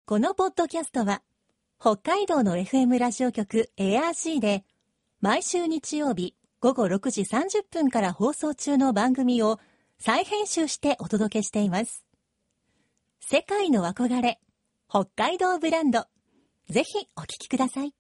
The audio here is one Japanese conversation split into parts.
このポッドキャストは北海道の FM ラジオ局 ARC で毎週日曜日午後6時30分から放送中の番組を再編集してお届けしています。世界の憧れ北海道ブランド、ぜひお聞きください。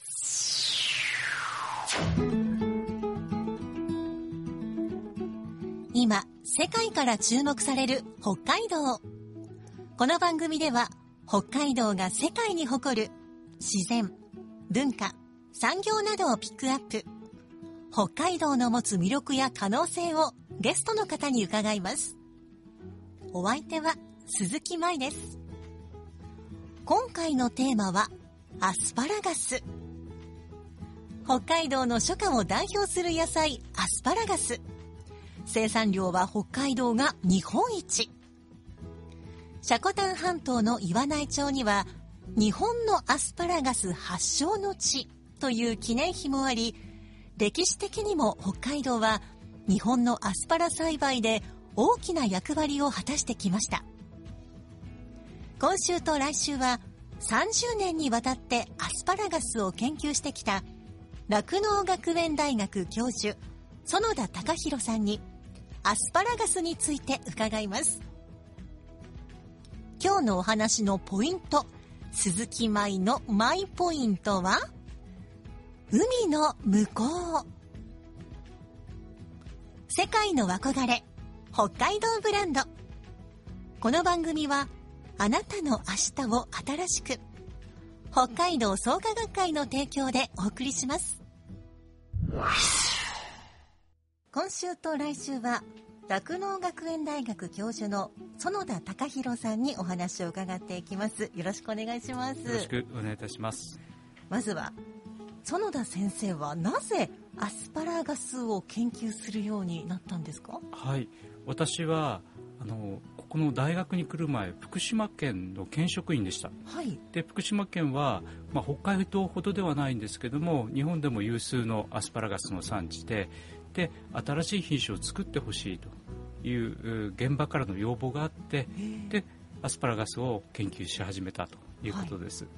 今世界から注目される北海道。この番組では北海道が世界に誇る自然、文化、産業などをピックアップ。北海道の持つ魅力や可能性をゲストの方に伺います。お相手は鈴木舞です。今回のテーマはアスパラガス。北海道の初夏を代表する野菜アスパラガス。生産量は北海道が日本一。積丹半島の岩内町には日本のアスパラガス発祥の地という記念碑もあり、歴史的にも北海道は日本のアスパラ栽培で大きな役割を果たしてきました。今週と来週は30年にわたってアスパラガスを研究してきた酪農学園大学教授園田隆弘さんにアスパラガスについて伺います。今日のお話のポイント、鈴木舞のマイポイントは海の向こう。世界の憧れ北海道ブランド。この番組はあなたの明日を新しく、北海道創価学会の提供でお送りします。今週と来週は酪農学園大学教授の園田隆弘さんにお話を伺っていきます。よろしくお願いします。 よろしくお願いいたします。 まずは園田先生はなぜアスパラガスを研究するようになったんですか？ はい、私はここの大学に来る前、福島県の県職員でした。 はい、 で福島県は、北海道ほどではないんですけども、日本でも有数のアスパラガスの産地で、新しい品種を作ってほしいという現場からの要望があって、でアスパラガスを研究し始めたということです。はい、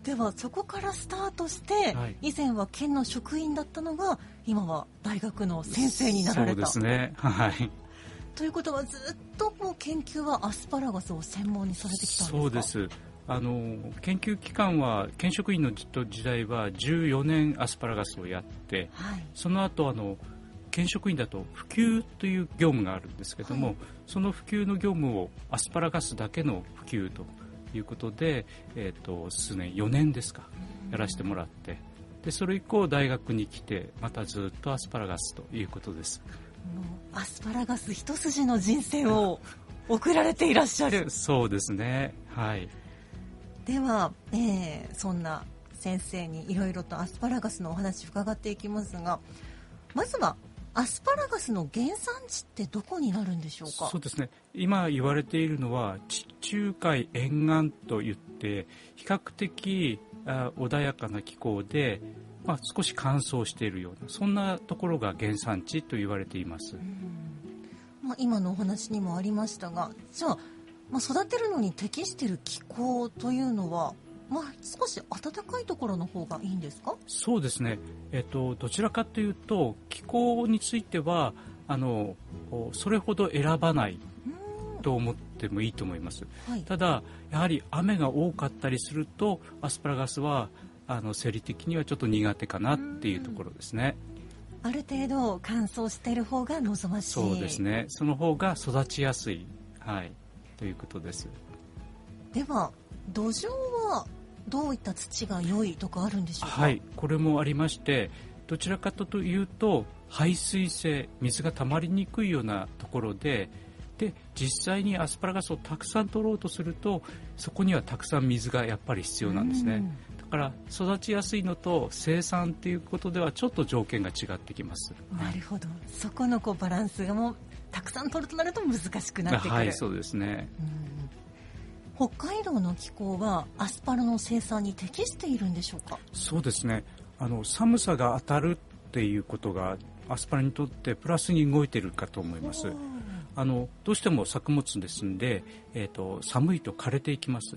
ではそこからスタートして、以前は県の職員だったのが今は大学の先生になられた。 そうですね、はい。 ということはずっともう研究はアスパラガスを専門にされてきたんですか？ そうです。研究期間は県職員の時代は14年アスパラガスをやって、その後県職員だと普及という業務があるんですけども、その普及の業務をアスパラガスだけの普及ということで、数年4年ですかやらせてもらって、でそれ以降大学に来てまたずっとアスパラガスということです。 もうアスパラガス一筋の人生を送られていらっしゃる。 そうですね、はい。 では、そんな先生にいろいろとアスパラガスのお話伺っていきますが、まずはアスパラガスの原産地ってどこになるんでしょうか？ そうですね、今言われているのは地中海沿岸といって、比較的穏やかな気候で、少し乾燥しているような、そんなところが原産地と言われています。 今のお話にもありましたが、じゃあ、育てるのに適している気候というのは、少し暖かいところの方がいいんですか？ そうですね、どちらかというと気候についてはそれほど選ばないと思ってもいいと思います。ただやはり雨が多かったりするとアスパラガスは生理的にはちょっと苦手かなっていうところですね。 ある程度乾燥している方が望ましい。 そうですね、その方が育ちやすい、ということです。 では土壌はどういった土が良いとかあるんでしょうか？ これもありまして、どちらかというと排水性、水が溜まりにくいようなところで、実際にアスパラガスをたくさん取ろうとするとそこにはたくさん水がやっぱり必要なんですね。だから育ちやすいのと生産ということではちょっと条件が違ってきます。 なるほど、そこのバランスがもうたくさん取るとなると難しくなってくる。 そうですね。 北海道の気候はアスパラの生産に適しているんでしょうか？ そうですね、寒さが当たるっていうことがアスパラにとってプラスに動いているかと思います。どうしても作物ですので、寒いと枯れていきます。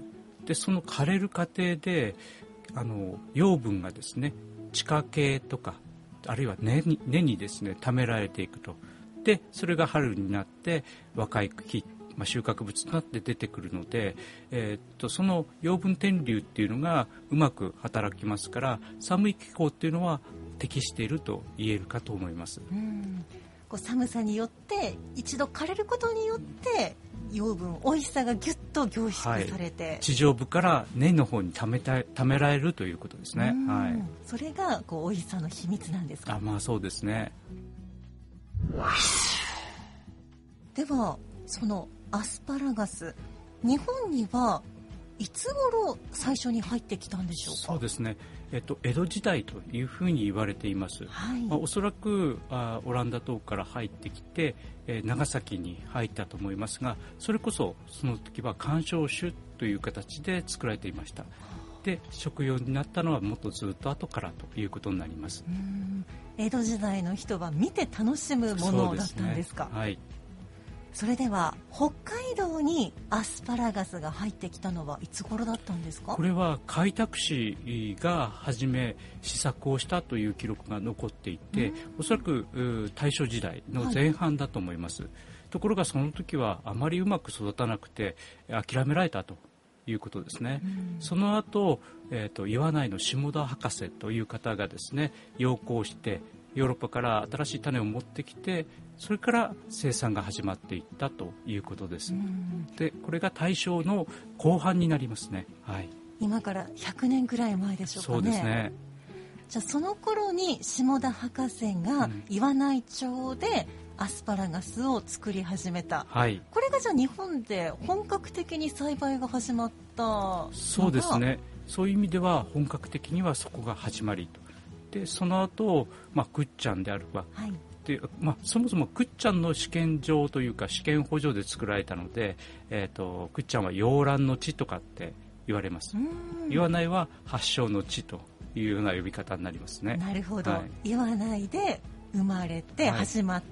でその枯れる過程で養分がですね地下茎とかあるいは根にですね溜められていくと。でそれが春になって若い木、収穫物となって出てくるので、その養分転流っていうのがうまく働きますから、寒い気候っていうのは適していると言えるかと思います。 こう寒さによって一度枯れることによって養分、おいしさがぎゅっと凝縮されて、 地上部から根の方に溜められるということですね。 それがこうおいしさの秘密なんですか？ そうですね。 ではそのアスパラガス、日本にはいつ頃最初に入ってきたんでしょうか？ そうですね、江戸時代というふうに言われています。おそらくオランダ島から入ってきて、長崎に入ったと思いますが、それこそその時は観賞酒という形で作られていました。で食用になったのはもっとずっと後からということになります。 江戸時代の人は見て楽しむものだったんですか？それでは北海道にアスパラガスが入ってきたのはいつ頃だったんですか？ これは開拓使が初め試作をしたという記録が残っていて、おそらく大正時代の前半だと思います。ところがその時はあまりうまく育たなくて諦められたということですね。その後、岩内の下田博士という方がですね養蜂してヨーロッパから新しい種を持ってきて、それから生産が始まっていったということです。でこれが大正の後半になりますね。 今から100年くらい前でしょうかね。 そうですね。 じゃあその頃に下田博士が岩内町でアスパラガスを作り始めた、これがじゃあ日本で本格的に栽培が始まったのが？ そうですね。そういう意味では本格的にはそこが始まりと。でその後、クッチャンであるわ、でそもそもクッチャンの試験場というか試験補助で作られたので、クッチャンは洋蘭の地とかって言われます。岩内は発祥の地というような呼び方になりますね。 なるほど、岩内で生まれて始まって、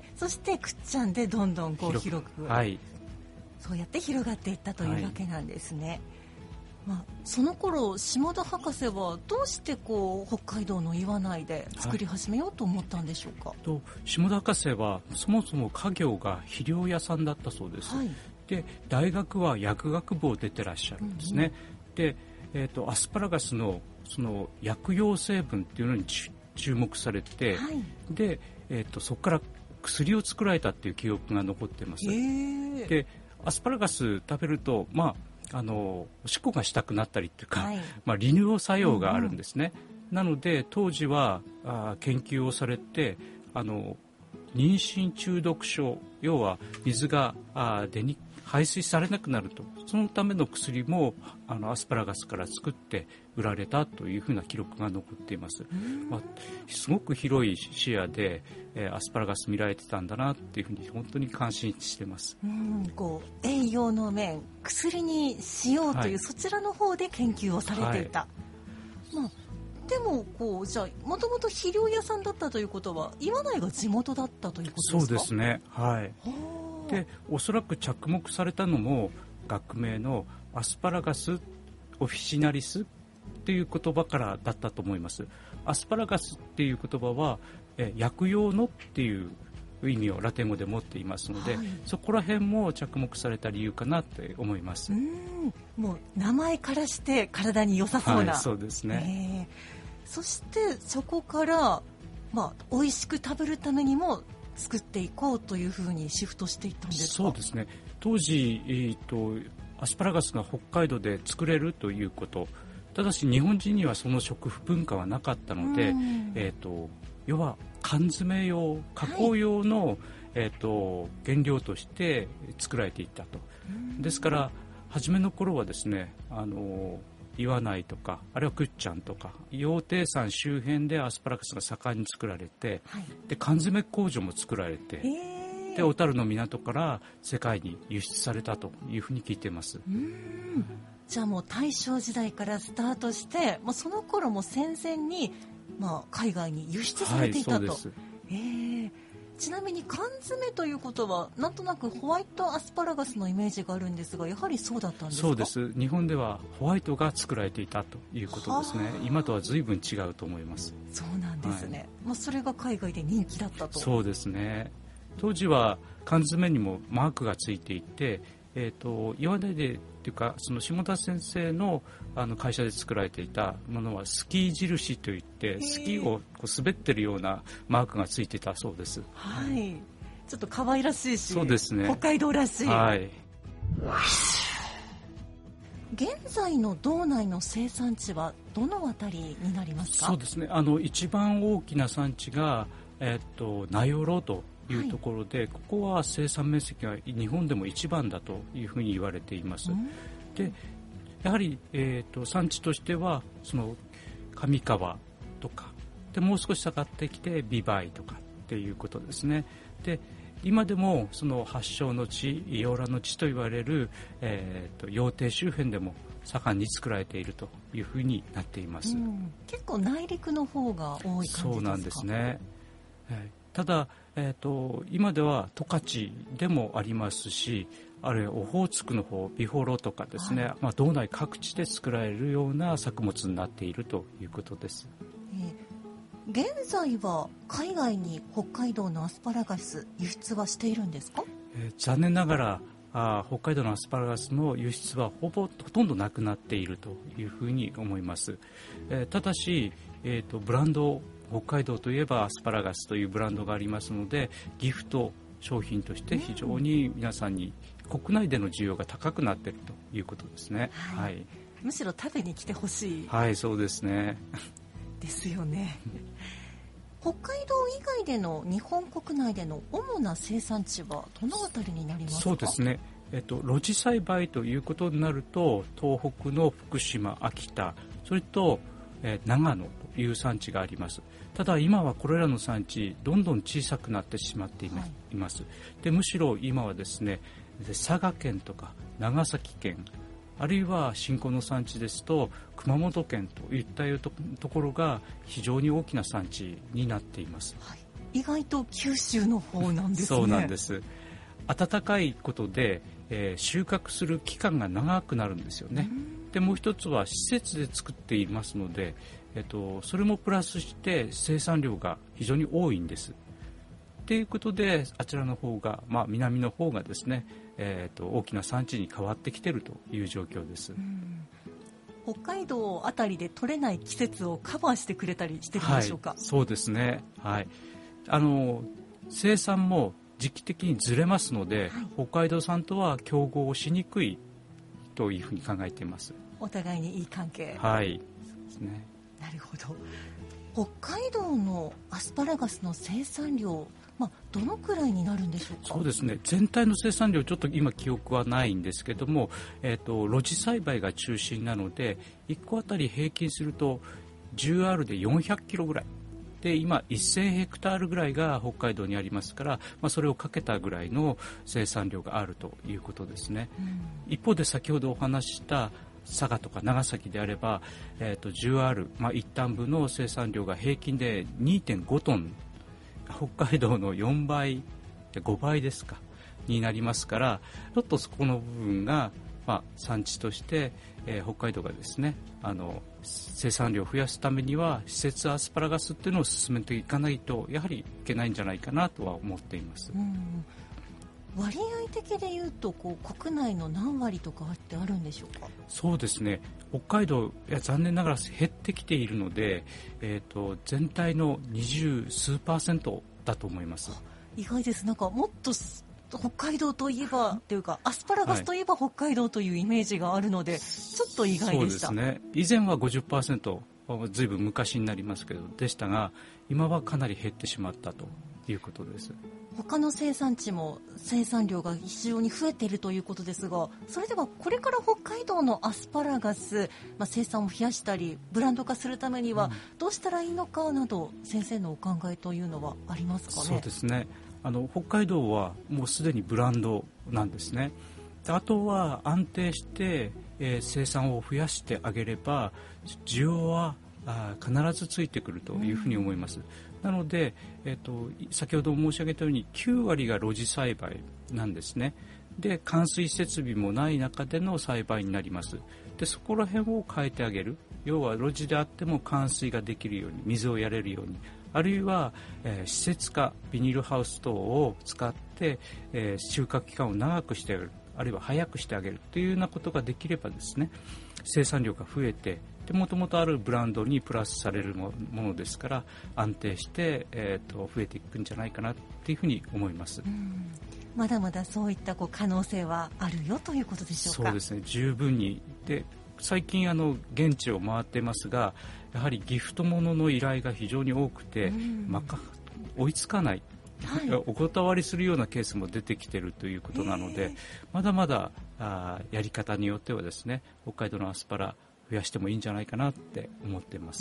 そしてクッチャンでどんどんこう広く、そうやって広がっていったというわけなんですね。その頃下田博士はどうしてこう北海道の岩内で作り始めようと思ったんでしょうか？ 下田博士はそもそも家業が肥料屋さんだったそうです。で大学は薬学部を出てらっしゃるんですね。で、アスパラガスのその薬用成分っていうのに注目されて、で、そこから薬を作られたっていう記憶が残っています。でアスパラガス食べるとおしっこがしたくなったりというか、利尿作用があるんですね。なので当時は研究をされて妊娠中毒症、要は水が排水されなくなると、そのための薬もアスパラガスから作って売られたというふうな記録が残っています。すごく広い視野で、アスパラガス見られてたんだなっていうふうに本当に感心してます。 こう栄養の面、薬にしようという、そちらの方で研究をされていた。でもじゃあもともと肥料屋さんだったということは岩内が地元だったということですか？ そうですね。でおそらく着目されたのも学名のアスパラガスオフィシナリスっていう言葉からだったと思います。アスパラガスっていう言葉は薬用のっていう意味をラテン語で持っていますので、そこら辺も着目された理由かなって思います。 もう名前からして体に良さそうな、 そうですね。 そしてそこから美味しく食べるためにも作っていこうというふうにシフトしていったんですか？ そうですね。当時、アスパラガスが北海道で作れるということ、ただし日本人にはその食文化はなかったので、要は缶詰用、加工用の、原料として作られていったと。ですから初めの頃はですね、岩内とかあるいはクッチャンとか羊蹄山周辺でアスパラガスが盛んに作られて、で缶詰工場も作られて、で小樽の港から世界に輸出されたというふうに聞いています。 じゃあもう大正時代からスタートして、その頃も戦前に海外に輸出されていたと。じちなみに缶詰ということはなんとなくホワイトアスパラガスのイメージがあるんですが、やはりそうだったんですか？ そうです。日本ではホワイトが作られていたということですね。今とは随分違うと思います。 そうなんですね、それが海外で人気だったと。 そうですね。当時は缶詰にもマークがついていて、岩手でっていうかその下田先生の会社で作られていたものはスキー印といってスキーをこう滑ってるようなマークがついてたそうです。 はい、ちょっと可愛らしいし、 そうですね、 北海道らしい。 はい。 現在の道内の生産地はどのあたりになりますか？ そうですね、一番大きな産地が、名寄というところで、ここは生産面積が日本でも一番だというふうに言われています。でやはり、産地としてはその上川とかでもう少し下がってきて美唄とかっていうことですね。で今でもその発祥の地、養卵の地と言われる、羊蹄周辺でも盛んに作られているというふうになっています。 結構内陸の方が多い感じですか？ そうなんですね。ただ、今では十勝でもありますし、あるいはオホーツクの方、美幌とかですね、道内各地で作られるような作物になっているということです。 現在は海外に北海道のアスパラガス輸出はしているんですか？ 残念ながら北海道のアスパラガスの輸出はほとんどなくなっているというふうに思います。ただし、ブランド、北海道といえばアスパラガスというブランドがありますので、ギフト商品として非常に皆さんに国内での需要が高くなっているということですね。はい、 むしろ食べに来てほしい。 はい、そうですね。 ですよね。北海道以外での日本国内での主な生産地はどのあたりになりますか？ そうですね、露地栽培ということになると東北の福島、秋田、それと、長野という産地があります。ただ今はこれらの産地どんどん小さくなってしまっています。でむしろ今はですね、佐賀県とか長崎県、あるいは新興の産地ですと熊本県といったところが非常に大きな産地になっています。 意外と九州の方なんですね。 そうなんです。暖かいことで、収穫する期間が長くなるんですよね。でもう一つは施設で作っていますので、それもプラスして生産量が非常に多いんです。ということであちらの方が、南の方がですね、大きな産地に変わってきているという状況です。 北海道あたりで取れない季節をカバーしてくれたりしてるんでしょうか？ そうですね、生産も時期的にずれますので、北海道産とは競合をしにくいというふうに考えています。 お互いにいい関係。 はい、そうですね。 なるほど。北海道のアスパラガスの生産量、どのくらいになるんでしょうか？そうですね、 全体の生産量ちょっと今記憶はないんですけども、露地栽培が中心なので1個あたり平均すると 10R で400キロぐらいで、今1000ヘクタールぐらいが北海道にありますから、それをかけたぐらいの生産量があるということですね。一方で先ほどお話しした佐賀とか長崎であれば、10R、一旦部の生産量が平均で 2.5 トン、北海道の4倍、5倍ですかになりますから、ちょっとそこの部分が、産地として、北海道がですね、生産量を増やすためには施設アスパラガスっていうのを進めていかないとやはりいけないんじゃないかなとは思っています。 割合的でいうと国内の何割とかってあるんでしょうか？そうですね、 北海道残念ながら減ってきているので、全体の20数%だと思います。 意外です。なんかもっと北海道といえばというかアスパラガスといえば北海道というイメージがあるので、ちょっと意外でした。 そうですね、以前は 50%、ずいぶん昔になりますけどでしたが、今はかなり減ってしまったということです。 他の生産地も生産量が非常に増えているということですが、それではこれから北海道のアスパラガス、生産を増やしたりブランド化するためにはどうしたらいいのかなど、先生のお考えというのはありますかね？ そうですね、北海道はもうすでにブランドなんですね。あとは安定して、生産を増やしてあげれば需要は必ずついてくるというふうに思います。なので、先ほど申し上げたように9割が露地栽培なんですね。で、冠水設備もない中での栽培になります。で、そこら辺を変えてあげる。要は露地であっても冠水ができるように、水をやれるように、あるいは、施設化、ビニールハウス等を使って、収穫期間を長くしてあげる、あるいは早くしてあげるというようなことができればですね、生産量が増えて、もともとあるブランドにプラスされるものですから安定して、増えていくんじゃないかなというふうに思います。 まだまだそういった可能性はあるよということでしょうか。 そうですね、十分に。で、最近現地を回っていますが、やはりギフトものの依頼が非常に多くて、追いつかない、お断りするようなケースも出てきているということなので、まだまだやり方によってはですね、北海道のアスパラ増やしてもいいんじゃないかなって思っています。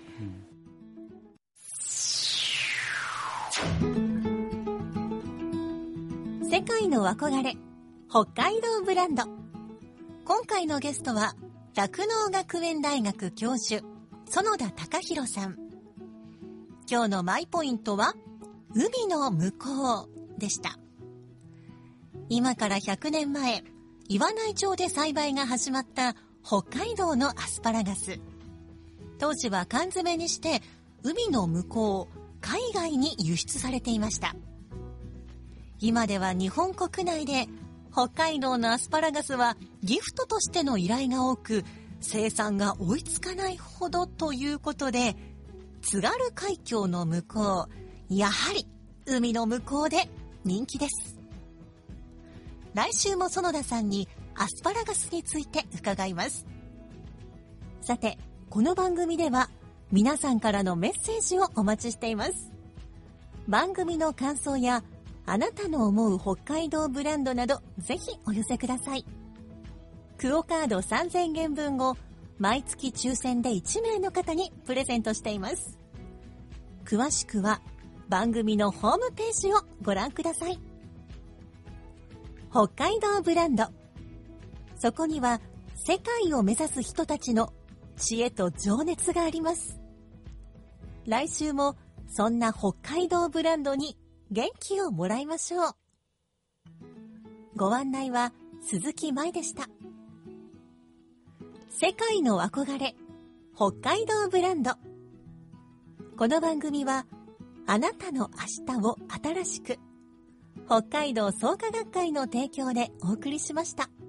世界の憧れ、北海道ブランド。今回のゲストは酪農学園大学教授園田隆弘さん。今日のマイポイントは海の向こうでした。今から100年前、岩内町で栽培が始まった北海道のアスパラガス。当時は缶詰にして海の向こう、海外に輸出されていました。今では日本国内で北海道のアスパラガスはギフトとしての依頼が多く、生産が追いつかないほどということで、津軽海峡の向こう、やはり海の向こうで人気です。来週も園田さんにアスパラガスについて伺います。さて、この番組では皆さんからのメッセージをお待ちしています。番組の感想やあなたの思う北海道ブランドなど、ぜひお寄せください。クオカード3000元分を毎月抽選で1名の方にプレゼントしています。詳しくは番組のホームページをご覧ください。北海道ブランド。そこには世界を目指す人たちの知恵と情熱があります。来週もそんな北海道ブランドに元気をもらいましょう。ご案内は鈴木舞でした。世界の憧れ、北海道ブランド。この番組はあなたの明日を新しく、北海道創価学会の提供でお送りしました。